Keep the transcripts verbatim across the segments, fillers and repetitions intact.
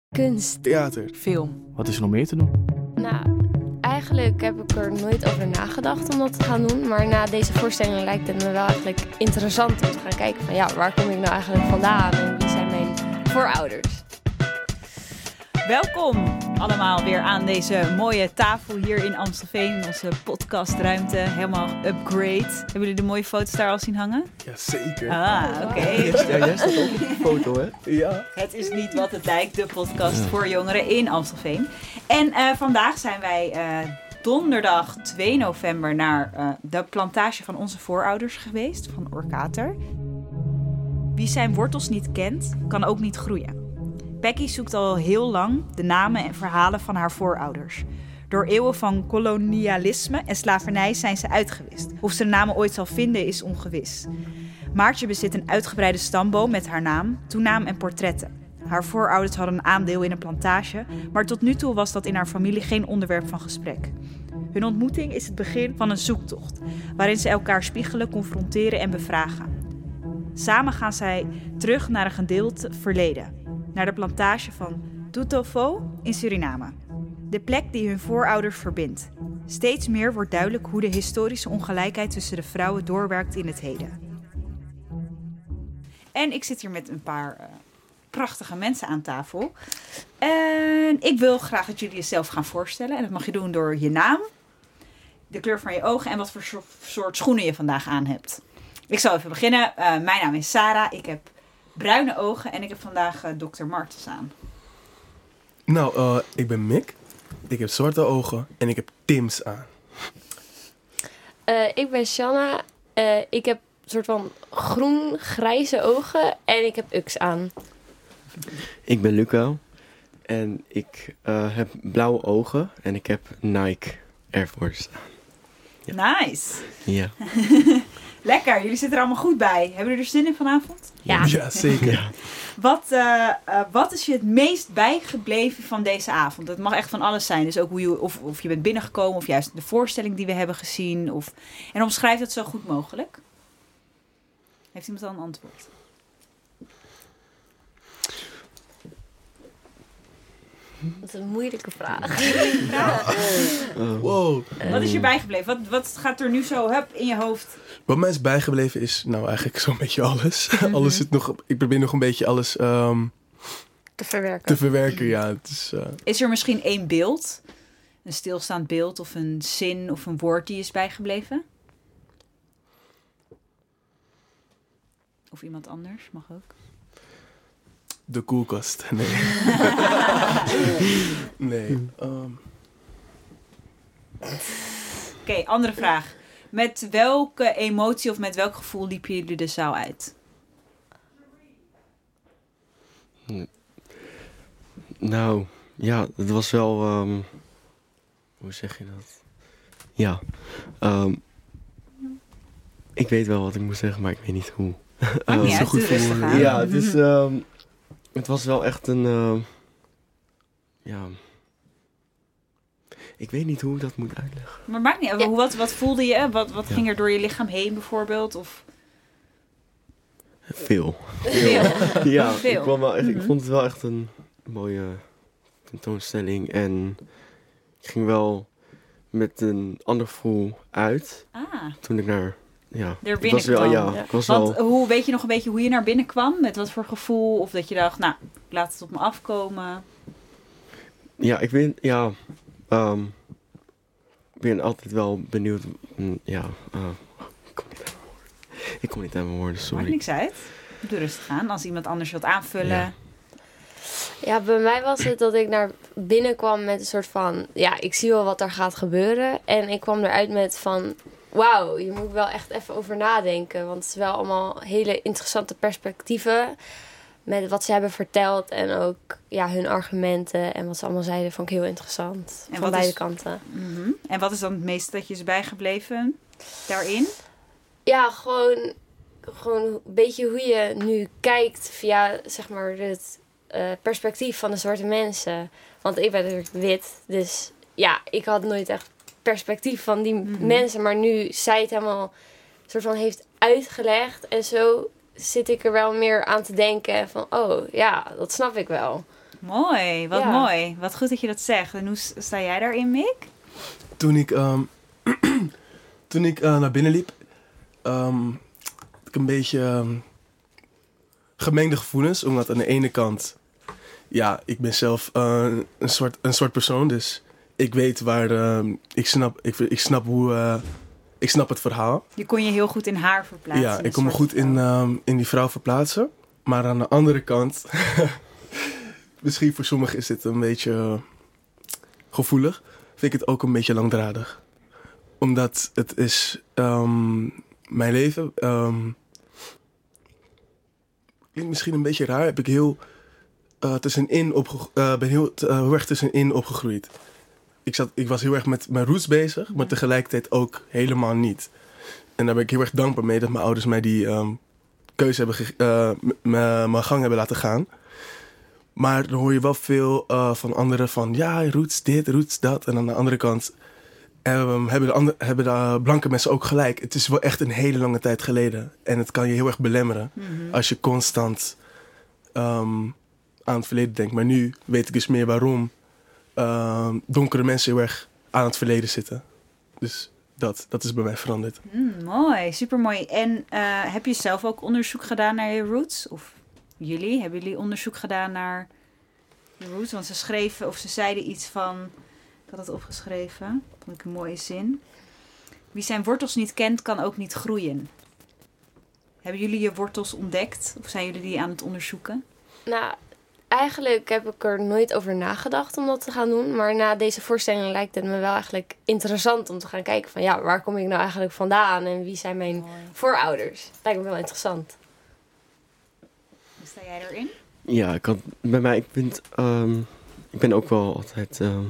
Kunst. Theater. Film. Wat is er nog meer te doen? Nou, eigenlijk heb ik er nooit over nagedacht om dat te gaan doen. Maar na deze voorstelling lijkt het me wel eigenlijk interessant om te gaan kijken van ja, waar kom ik nou eigenlijk vandaan en wie zijn mijn voorouders? Welkom allemaal weer aan deze mooie tafel hier in Amstelveen. In onze podcastruimte. Helemaal upgrade. Hebben jullie de mooie foto's daar al zien hangen? Jazeker. Ah, oké. Okay. Ja, jij staat ook op de foto, hè? Ja. Het is niet wat het lijkt, de podcast voor jongeren in Amstelveen. En uh, vandaag zijn wij uh, donderdag twee november naar uh, de plantage van onze voorouders geweest, van Orkater. Wie zijn wortels niet kent, kan ook niet groeien. Becky zoekt al heel lang de namen en verhalen van haar voorouders. Door eeuwen van kolonialisme en slavernij zijn ze uitgewist. Of ze de namen ooit zal vinden is ongewis. Maartje bezit een uitgebreide stamboom met haar naam, toenaam en portretten. Haar voorouders hadden een aandeel in een plantage, maar tot nu toe was dat in haar familie geen onderwerp van gesprek. Hun ontmoeting is het begin van een zoektocht, waarin ze elkaar spiegelen, confronteren en bevragen. Samen gaan zij terug naar een gedeeld verleden. Naar de plantage van Tutofo in Suriname. De plek die hun voorouders verbindt. Steeds meer wordt duidelijk hoe de historische ongelijkheid tussen de vrouwen doorwerkt in het heden. En ik zit hier met een paar uh, prachtige mensen aan tafel. En ik wil graag dat jullie jezelf gaan voorstellen. En dat mag je doen door je naam, de kleur van je ogen en wat voor so- soort schoenen je vandaag aan hebt. Ik zal even beginnen. Uh, mijn naam is Sarah. Ik heb bruine ogen en ik heb vandaag uh, dokter Martens aan. Nou, uh, ik ben Mick. Ik heb zwarte ogen en ik heb Tim's aan. Uh, ik ben Shanna. Uh, ik heb een soort van groen-grijze ogen en ik heb Ux aan. Ik ben Luca en ik uh, heb blauwe ogen en ik heb Nike Air Force aan. Ja. Nice. Ja. Lekker, jullie zitten er allemaal goed bij. Hebben jullie er zin in vanavond? Ja, ja zeker. Ja. Wat, uh, uh, wat is je het meest bijgebleven van deze avond? Dat mag echt van alles zijn. Dus ook hoe je, of, of je bent binnengekomen of juist de voorstelling die we hebben gezien. Of, en omschrijf het zo goed mogelijk. Heeft iemand al een antwoord? dat is een moeilijke vraag. Ja. Uh, Wow. Wat is je bijgebleven? Wat, wat gaat er nu zo hup in je hoofd? Wat mij is bijgebleven is nou eigenlijk zo'n beetje alles. Mm-hmm. alles zit nog, ik probeer nog een beetje alles um, Te verwerken. te verwerken. Ja, het is, uh, Is er misschien één beeld? Een stilstaand beeld of een zin of een woord die is bijgebleven? Of iemand anders, mag ook. de koelkast. Nee. nee. Um. Oké, okay, andere vraag. Met welke emotie of met welk gevoel liepen jullie de zaal uit? nou, ja, het was wel... Um, hoe zeg je dat? Ja. Um, ik weet wel wat ik moet zeggen, maar ik weet niet hoe. Maakt niet um, uit, goed doe rustig voor- aan. Ja, het is... Um, het was wel echt een... Uh, ja... Ik weet niet hoe ik dat moet uitleggen. Maar maakt niet uit. Ja. Hoe- Wat, wat voelde je? Wat, wat Ja. ging er door je lichaam heen bijvoorbeeld? Of Veel. veel? Ja, Veel. Ik, kwam wel echt, Mhm. ik vond het wel echt een mooie tentoonstelling. En ik ging wel met een ander gevoel uit Ah, toen ik naar... Ja, er ik was wel, binnenkwam. ja, ik was Want wel... hoe, weet je nog een beetje hoe je naar binnen kwam? Met wat voor gevoel? Of dat je dacht, nou, laat het op me afkomen. Ja, ik ben... Ja, um, ik ben altijd wel benieuwd... mm, Ja, uh, ik kom niet uit mijn woorden. Ik kom niet uit mijn woorden, Maakt sorry. niks uit. Doe rustig aan. Als iemand anders wilt aanvullen. Ja. Ja, bij mij was het dat ik naar binnen kwam met een soort van... Ja, ik zie wel wat er gaat gebeuren. En ik kwam eruit met van... Wauw, je moet wel echt even over nadenken. Want het is wel allemaal hele interessante perspectieven... met wat ze hebben verteld. En ook ja, hun argumenten en wat ze allemaal zeiden... vond ik heel interessant. En van wat beide is- kanten. Mhm. En wat is dan het meeste dat je is bijgebleven daarin? Ja, gewoon, gewoon een beetje hoe je nu kijkt... via zeg maar het uh, perspectief van de zwarte mensen. Want ik ben natuurlijk wit, dus ja, ik had nooit echt perspectief van die Mhm. mensen. Maar nu zij het helemaal soort van heeft uitgelegd en zo zit ik er wel meer aan te denken van, oh ja, dat snap ik wel. Mooi, wat Ja. mooi. Wat goed dat je dat zegt. En hoe s- sta jij daarin, Mick? Toen ik, ehm, toen ik eh, naar binnen liep, ehm, had ik een beetje ehm, gemengde gevoelens. Omdat aan de ene kant, ja, ik ben zelf eh, een, soort, een soort persoon. Dus ik weet waar, ehm, ik, snap, ik, ik snap hoe, eh, ik snap het verhaal. Je kon je heel goed in haar verplaatsen. Ja, een ik kon me soort goed in, vrouw. ehm, in die vrouw verplaatsen. Maar aan de andere kant, misschien voor sommigen is dit een beetje eh, gevoelig, vind ik het ook een beetje langdradig. Omdat het is ehm, mijn leven. ehm, klinkt misschien een beetje raar. Heb ik heel uh, tussenin opge- uh, ben heel, uh, heel erg tussenin opgegroeid. Ik, zat, ik was heel erg met mijn roots bezig, maar tegelijkertijd ook helemaal niet. En daar ben ik heel erg dankbaar mee dat mijn ouders mij die um, keuze hebben, ge- uh, m- m- mijn gang hebben laten gaan. Maar dan hoor je wel veel uh, van anderen van, ja, roots dit, roots dat. En aan de andere kant um, hebben, de andere, hebben de blanke mensen ook gelijk. Het is wel echt een hele lange tijd geleden. En het kan je heel erg belemmeren Mhm. als je constant um, aan het verleden denkt. Maar nu weet ik dus meer waarom um, donkere mensen heel erg aan het verleden zitten. Dus dat, dat is bij mij veranderd. Mm, mooi, supermooi. En uh, heb je zelf ook onderzoek gedaan naar je roots? Of jullie, hebben jullie onderzoek gedaan naar je roots? Want ze schreven, of ze zeiden iets van, ik had het opgeschreven, vond ik een mooie zin. Wie zijn wortels niet kent, kan ook niet groeien. Hebben jullie je wortels ontdekt? Of zijn jullie die aan het onderzoeken? Nou, eigenlijk heb ik er nooit over nagedacht om dat te gaan doen. Maar na deze voorstelling lijkt het me wel eigenlijk interessant om te gaan kijken van, ja, waar kom ik nou eigenlijk vandaan en wie zijn mijn Mooi. voorouders? Lijkt me wel interessant. Hoe sta jij erin? Ja, ik had, bij mij, ik vind, ehm, ik ben ook wel altijd, ehm,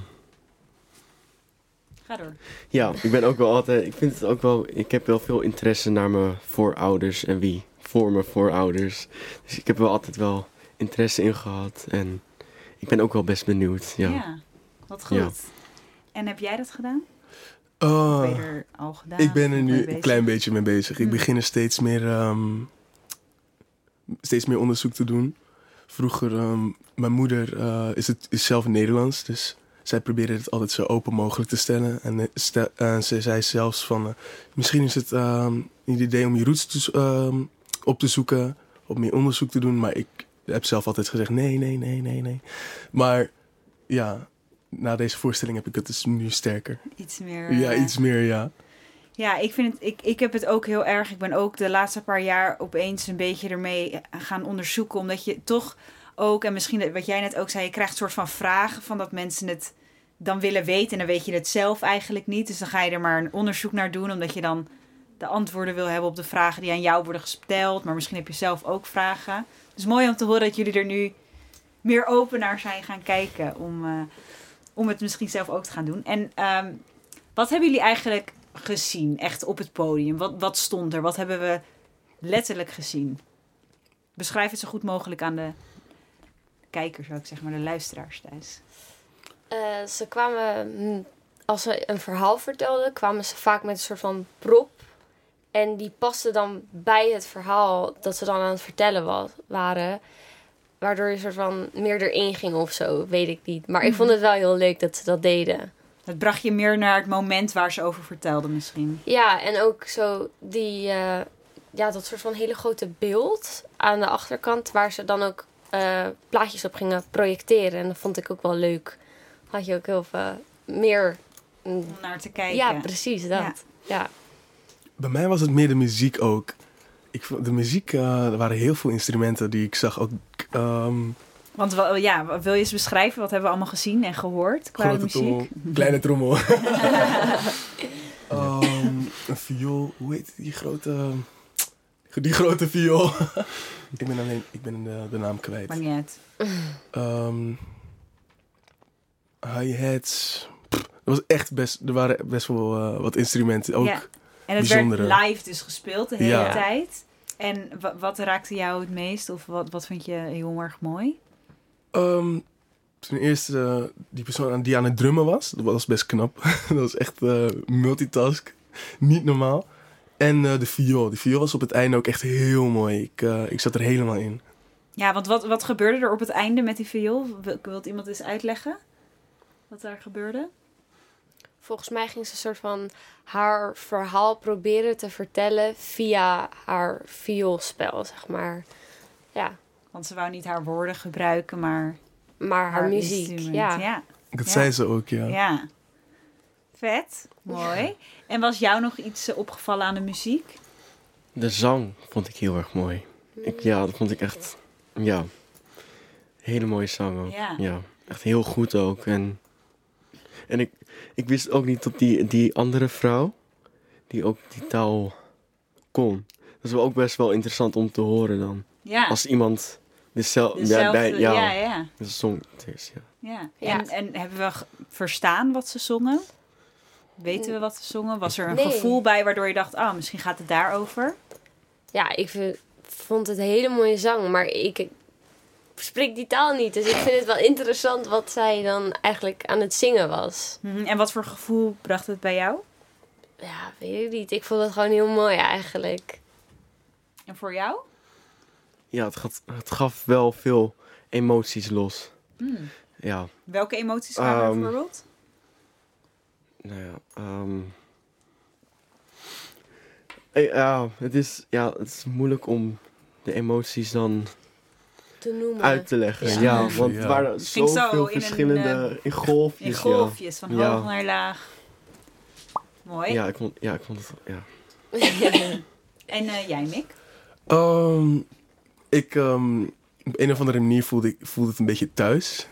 Ga door. ja, ik ben ook wel altijd, ik vind het ook wel, ik heb wel veel interesse naar mijn voorouders en wie voor mijn voorouders. Dus ik heb wel altijd wel interesse in gehad en ik ben ook wel best benieuwd, ja. Ja, wat goed. Ja. En heb jij dat gedaan? Uh, Of ben je er al gedaan? ik ben Of er mee nu bezig? een klein beetje mee bezig. Ik Hmm. begin er steeds meer, um, steeds meer onderzoek te doen. Vroeger, um, mijn moeder uh, is, het, is zelf Nederlands, dus zij probeerde het altijd zo open mogelijk te stellen. En uh, stel, uh, ze zei zelfs van, uh, misschien is het um, een idee om je roots te, um, op te zoeken, of meer onderzoek te doen. Maar ik heb zelf altijd gezegd, nee, nee, nee, nee, nee. Maar ja, na deze voorstelling heb ik het dus nu sterker. Iets meer... Ja, eh, iets meer, ja. Ja, ik vind het, ik, ik heb het ook heel erg. Ik ben ook de laatste paar jaar opeens een beetje ermee gaan onderzoeken. Omdat je toch ook, en misschien wat jij net ook zei, je krijgt een soort van vragen van dat mensen het dan willen weten. En dan weet je het zelf eigenlijk niet. Dus dan ga je er maar een onderzoek naar doen. Omdat je dan de antwoorden wil hebben op de vragen die aan jou worden gesteld. Maar misschien heb je zelf ook vragen. Dus mooi om te horen dat jullie er nu meer open naar zijn gaan kijken. Om, uh, om het misschien zelf ook te gaan doen. En um, wat hebben jullie eigenlijk gezien, echt op het podium? Wat, wat stond er? Wat hebben we letterlijk gezien? Beschrijf het zo goed mogelijk aan de kijkers, zou ik zeggen, maar de luisteraars thuis. Uh, ze kwamen, mm, als ze een verhaal vertelden, kwamen ze vaak met een soort van prop. En die paste dan bij het verhaal dat ze dan aan het vertellen was, waren. Waardoor je soort van meer erin ging of zo, weet ik niet. Maar ik vond het wel heel leuk dat ze dat deden. Het bracht je meer naar het moment waar ze over vertelden misschien. Ja, en ook zo die, uh, ja, dat soort van hele grote beeld aan de achterkant, waar ze dan ook uh, plaatjes op gingen projecteren. En dat vond ik ook wel leuk. Had je ook heel veel meer... Mm, Om naar te kijken. ja, precies dat. Ja. Ja. Bij mij was het meer de muziek ook. Ik vond de muziek, uh, er waren heel veel instrumenten die ik zag ook. Um, Want ja, wil je eens beschrijven? Wat hebben we allemaal gezien en gehoord qua grote muziek? trommel, kleine trommel. um, een viool, hoe heet die grote... Die grote viool. ik ben alleen, ik ben de, de naam kwijt. Maakt niet uit. Um, hi-hats. Pff, er was echt best, er waren best wel uh, wat instrumenten. Ook Ja. En het bijzondere. werd live dus gespeeld de hele Ja. tijd. En w- wat raakte jou het meest? Of wat, wat vond je heel erg mooi? Um, ten eerste, uh, die persoon die aan het drummen was, dat was best knap. dat was echt uh, multitask. Niet normaal. En uh, de viool. De viool was op het einde ook echt heel mooi. Ik, uh, ik zat er helemaal in. Ja, want wat, wat gebeurde er op het einde met die viool? Wil, wilt iemand eens uitleggen wat daar gebeurde? Volgens mij ging ze een soort van haar verhaal proberen te vertellen via haar vioolspel, zeg maar. Ja, Want ze wou niet haar woorden gebruiken, maar maar haar, muziek, instrument. ja. ja. Dat Ja. zei ze ook, ja. Ja. Vet. Mooi. En was jou nog iets eh, opgevallen aan de muziek? De zang vond ik heel erg mooi. Ik, ja, dat vond ik echt... Ja, hele mooie zang ook. Ja. Ja, echt heel goed ook. En, en ik, ik wist ook niet dat die, die andere vrouw, die ook die taal kon. Dat is wel ook best wel interessant om te horen dan. Ja. Als iemand dezelfde... Dezelfde, ja, bij, ja, ja, ja. de zong het is, ja. ja. Ja. En, en hebben we g- verstaan wat ze zongen? Weten we wat ze zongen? Was er een Nee. gevoel bij waardoor je dacht, ah, misschien gaat het daarover? Ja, ik vind, vond het een hele mooie zang, maar ik spreek die taal niet. Dus ik vind het wel interessant wat zij dan eigenlijk aan het zingen was. Mhm. En wat voor gevoel bracht het bij jou? Ja, weet ik niet. Ik vond het gewoon heel mooi eigenlijk. En voor jou? Ja, het, gaat, het gaf wel veel emoties los. Hmm. Ja, Welke emoties kwamen er Ehm, bijvoorbeeld? nou ja... ehm, eh, ja, het is, ja, het is moeilijk om de emoties dan Te noemen. uit te leggen. Ja. Ja, Ja. want het waren Ging zo zoveel in een, verschillende... in golfjes, In golfjes, van Ja. hoog naar laag. Mooi. ja. Ja, ik vond, ja, ik vond het... Ja. En eh, jij, Mick? Ehm, ik, ehm, op een of andere manier voelde ik voelde het een beetje thuis.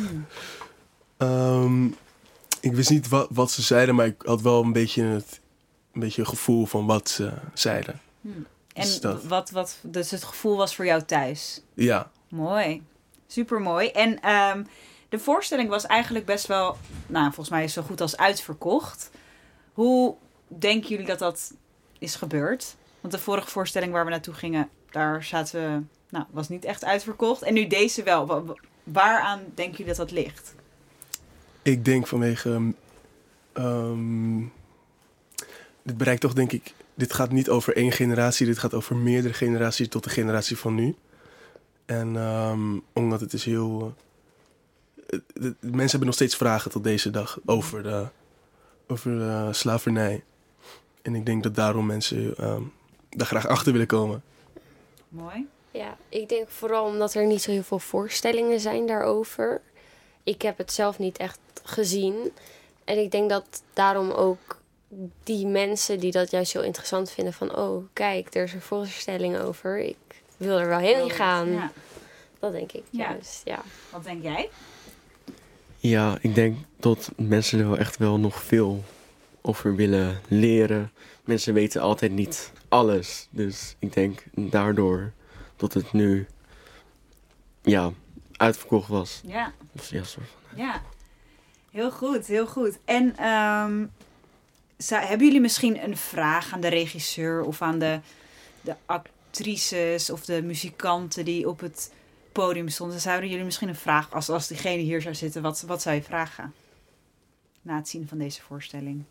Ehm, ik wist niet wat, wat ze zeiden, maar ik had wel een beetje het een beetje een gevoel van wat ze zeiden. En Dus dat- wat, wat, dus het gevoel was voor jou thuis? Ja, Mooi. Super mooi. En ehm, de voorstelling was eigenlijk best wel, nou, volgens mij zo goed als uitverkocht. Hoe denken jullie dat dat is gebeurd? Want de vorige voorstelling waar we naartoe gingen, daar zaten we, nou, was niet echt uitverkocht. En nu deze wel. Wa- wa- Waaraan denken jullie dat dat ligt? ik denk vanwege... ehm, dit bereikt toch, denk ik... Dit gaat niet over één generatie, dit gaat over meerdere generaties tot de generatie van nu. En ehm, omdat het is heel... eh, de- de mensen hebben nog steeds vragen tot deze dag over de, over de slavernij. En ik denk dat daarom mensen ehm, daar graag achter willen komen. Mooi. Ja, ik denk vooral omdat er niet zo heel veel voorstellingen zijn daarover. Ik heb het zelf niet echt gezien. En ik denk dat daarom ook die mensen die dat juist heel interessant vinden van... oh, kijk, er is een voorstelling over. Ik wil er wel heen gaan. Ja. Dat denk ik Ja. juist, ja. Wat denk jij? Ja, ik denk dat mensen er wel echt wel nog veel over willen leren. Mensen weten altijd niet alles. Dus ik denk daardoor dat het nu ja, uitverkocht was. Ja. Of ja, soort van. Ja, heel goed, heel goed. En ehm, zou- hebben jullie misschien een vraag aan de regisseur of aan de, de actrices of de muzikanten die op het podium stonden? Zouden jullie misschien een vraag, als, als diegene hier zou zitten, wat, wat zou je vragen? Na het zien van deze voorstelling.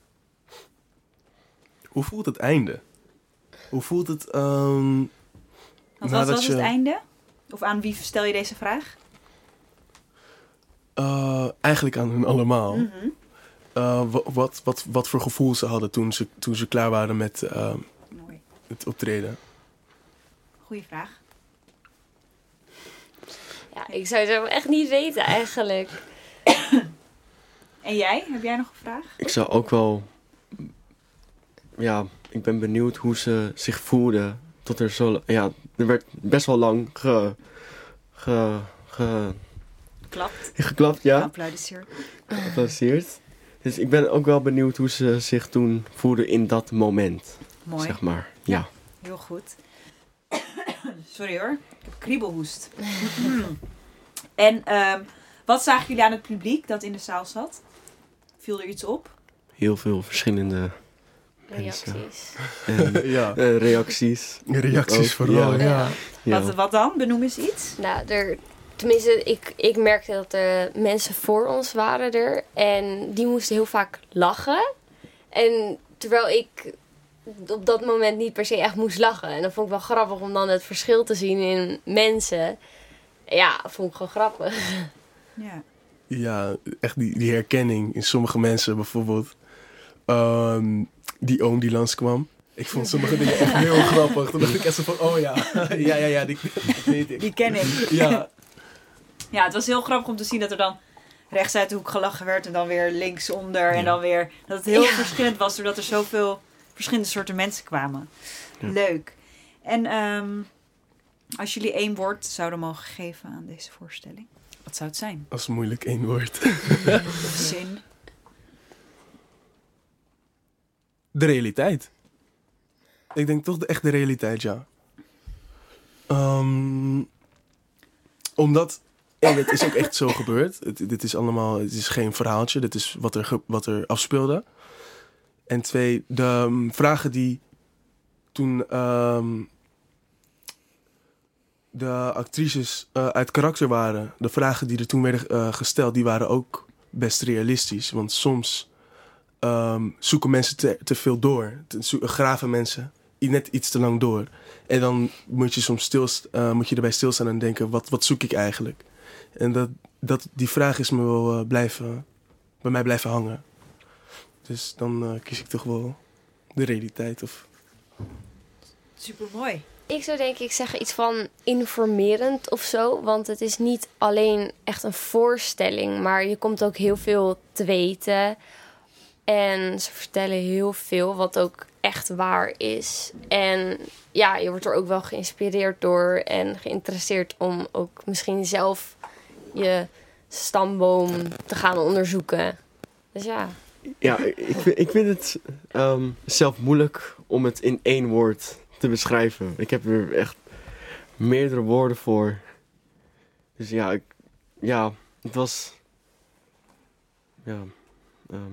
Hoe voelt het einde? Hoe voelt het... ehm, Want wat nadat was je- het einde? Of aan wie stel je deze vraag? eh, eigenlijk aan hun allemaal. Mhm. Eh, wa- wat, wat, wat voor gevoel ze hadden toen ze, toen ze klaar waren met ehm, Mooi. het optreden. Goeie vraag. Ja, ik zou het zo echt niet weten eigenlijk. En jij? Heb jij nog een vraag? Ik zou ook wel... Ja, ik ben benieuwd hoe ze zich voelden. Tot er zo... Ja, er werd best wel lang ge... ge... ge Klapt. geklapt, ja. Applaudisseer. Geapplaudiseerd. Dus ik ben ook wel benieuwd hoe ze zich toen voelden in dat moment. Mooi. Zeg maar, ja. Heel goed. Sorry hoor, ik heb kriebelhoest. En ehm, wat zagen jullie aan het publiek dat in de zaal zat? Viel er iets op? Heel veel verschillende mensen. Reacties. En ja, eh, reacties. reacties Ook, vooral, ja. ja. Ja. Wat, wat dan? Benoem eens iets. Nou, er, tenminste, ik, ik merkte dat er mensen voor ons waren er. En die moesten heel vaak lachen. En terwijl ik op dat moment niet per se echt moest lachen. En dat vond ik wel grappig om dan het verschil te zien in mensen. Ja, vond ik gewoon grappig. Ja. Ja, echt die, die herkenning in sommige mensen bijvoorbeeld. Ehm, die oom die langskwam. Ik vond sommige dingen echt heel grappig. Toen dacht ik echt zo van, oh ja, ja, ja, ja, die, die weet ik. Die ken ik. Ja, Ja, het was heel grappig om te zien dat er dan rechts uit de hoek gelachen werd en dan weer linksonder en dan weer... Dat het heel Ja. verschillend was doordat er zoveel verschillende soorten mensen kwamen. Ja. Leuk. En ehm, als jullie één woord zouden mogen geven aan deze voorstelling, wat zou het zijn? dat is moeilijk één woord. Of zin? De realiteit. Ik denk toch de, echt de realiteit, ja. Ehm, omdat, en het is ook echt zo gebeurd. Het, dit is allemaal, het is geen verhaaltje. Dit is wat er, ge- wat er afspeelde. En twee, de um, vragen die toen ehm, de actrices uh, uit karakter waren. De vragen die er toen werden uh, gesteld, die waren ook best realistisch. Want soms um, zoeken mensen te, te veel door. Te, zo, graven mensen net iets te lang door. En dan moet je soms stil, uh, moet je erbij stilstaan en denken, wat, wat zoek ik eigenlijk? En dat, dat, die vraag is me wel uh, blijven, bij mij blijven hangen. Dus dan uh, kies ik toch wel de realiteit. Of... Supermooi. Ik zou denk ik zeggen iets van informerend of zo. Want het is niet alleen echt een voorstelling, maar je komt ook heel veel te weten. En ze vertellen heel veel wat ook echt waar is. En ja, je wordt er ook wel geïnspireerd door en geïnteresseerd om ook misschien zelf je stamboom te gaan onderzoeken. Dus ja. Ja, ik, vind- ik vind het ehm, zelf moeilijk om het in één woord te beschrijven. Ik heb er echt meerdere woorden voor. Dus ja, ik, ja het was... Ja, ehm,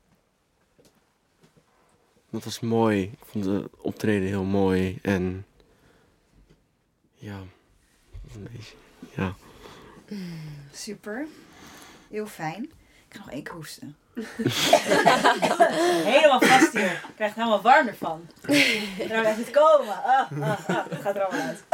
het was mooi. Ik vond het optreden heel mooi. En ja, een beetje, ja. Super. Heel fijn. Ik ga nog één keer hoesten. Helemaal vast hier. Ik krijg er helemaal warm ervan. Er blijft het komen. Ah, ah, ah. Het gaat er allemaal uit.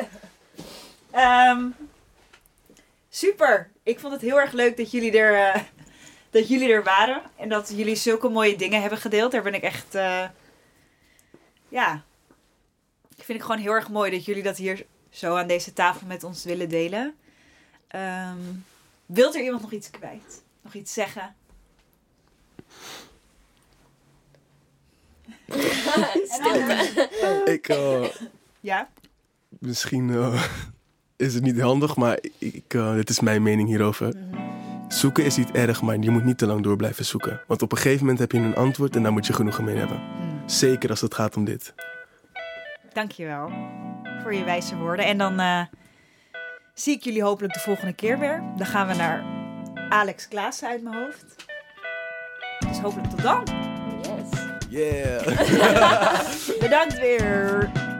Ehm, super. Ik vond het heel erg leuk dat jullie er, uh, dat jullie er waren. En dat jullie zulke mooie dingen hebben gedeeld. Daar ben ik echt... Uh, ja. Ik vind het gewoon heel erg mooi dat jullie dat hier zo aan deze tafel met ons willen delen. Um, wilt er iemand nog iets kwijt? Nog iets zeggen? Stilte. Ik, uh, Ja? misschien uh, is het niet handig, maar ik, uh, dit is mijn mening hierover. Zoeken is niet erg, maar je moet niet te lang door blijven zoeken. Want op een gegeven moment heb je een antwoord en daar moet je genoegen mee hebben. Hmm. Zeker als het gaat om dit. Dankjewel voor je wijze woorden. En dan uh, zie ik jullie hopelijk de volgende keer weer. Dan gaan we naar Alex Klaassen uit mijn hoofd. Dus hopelijk tot dan. Yes. Yeah! Bedankt weer.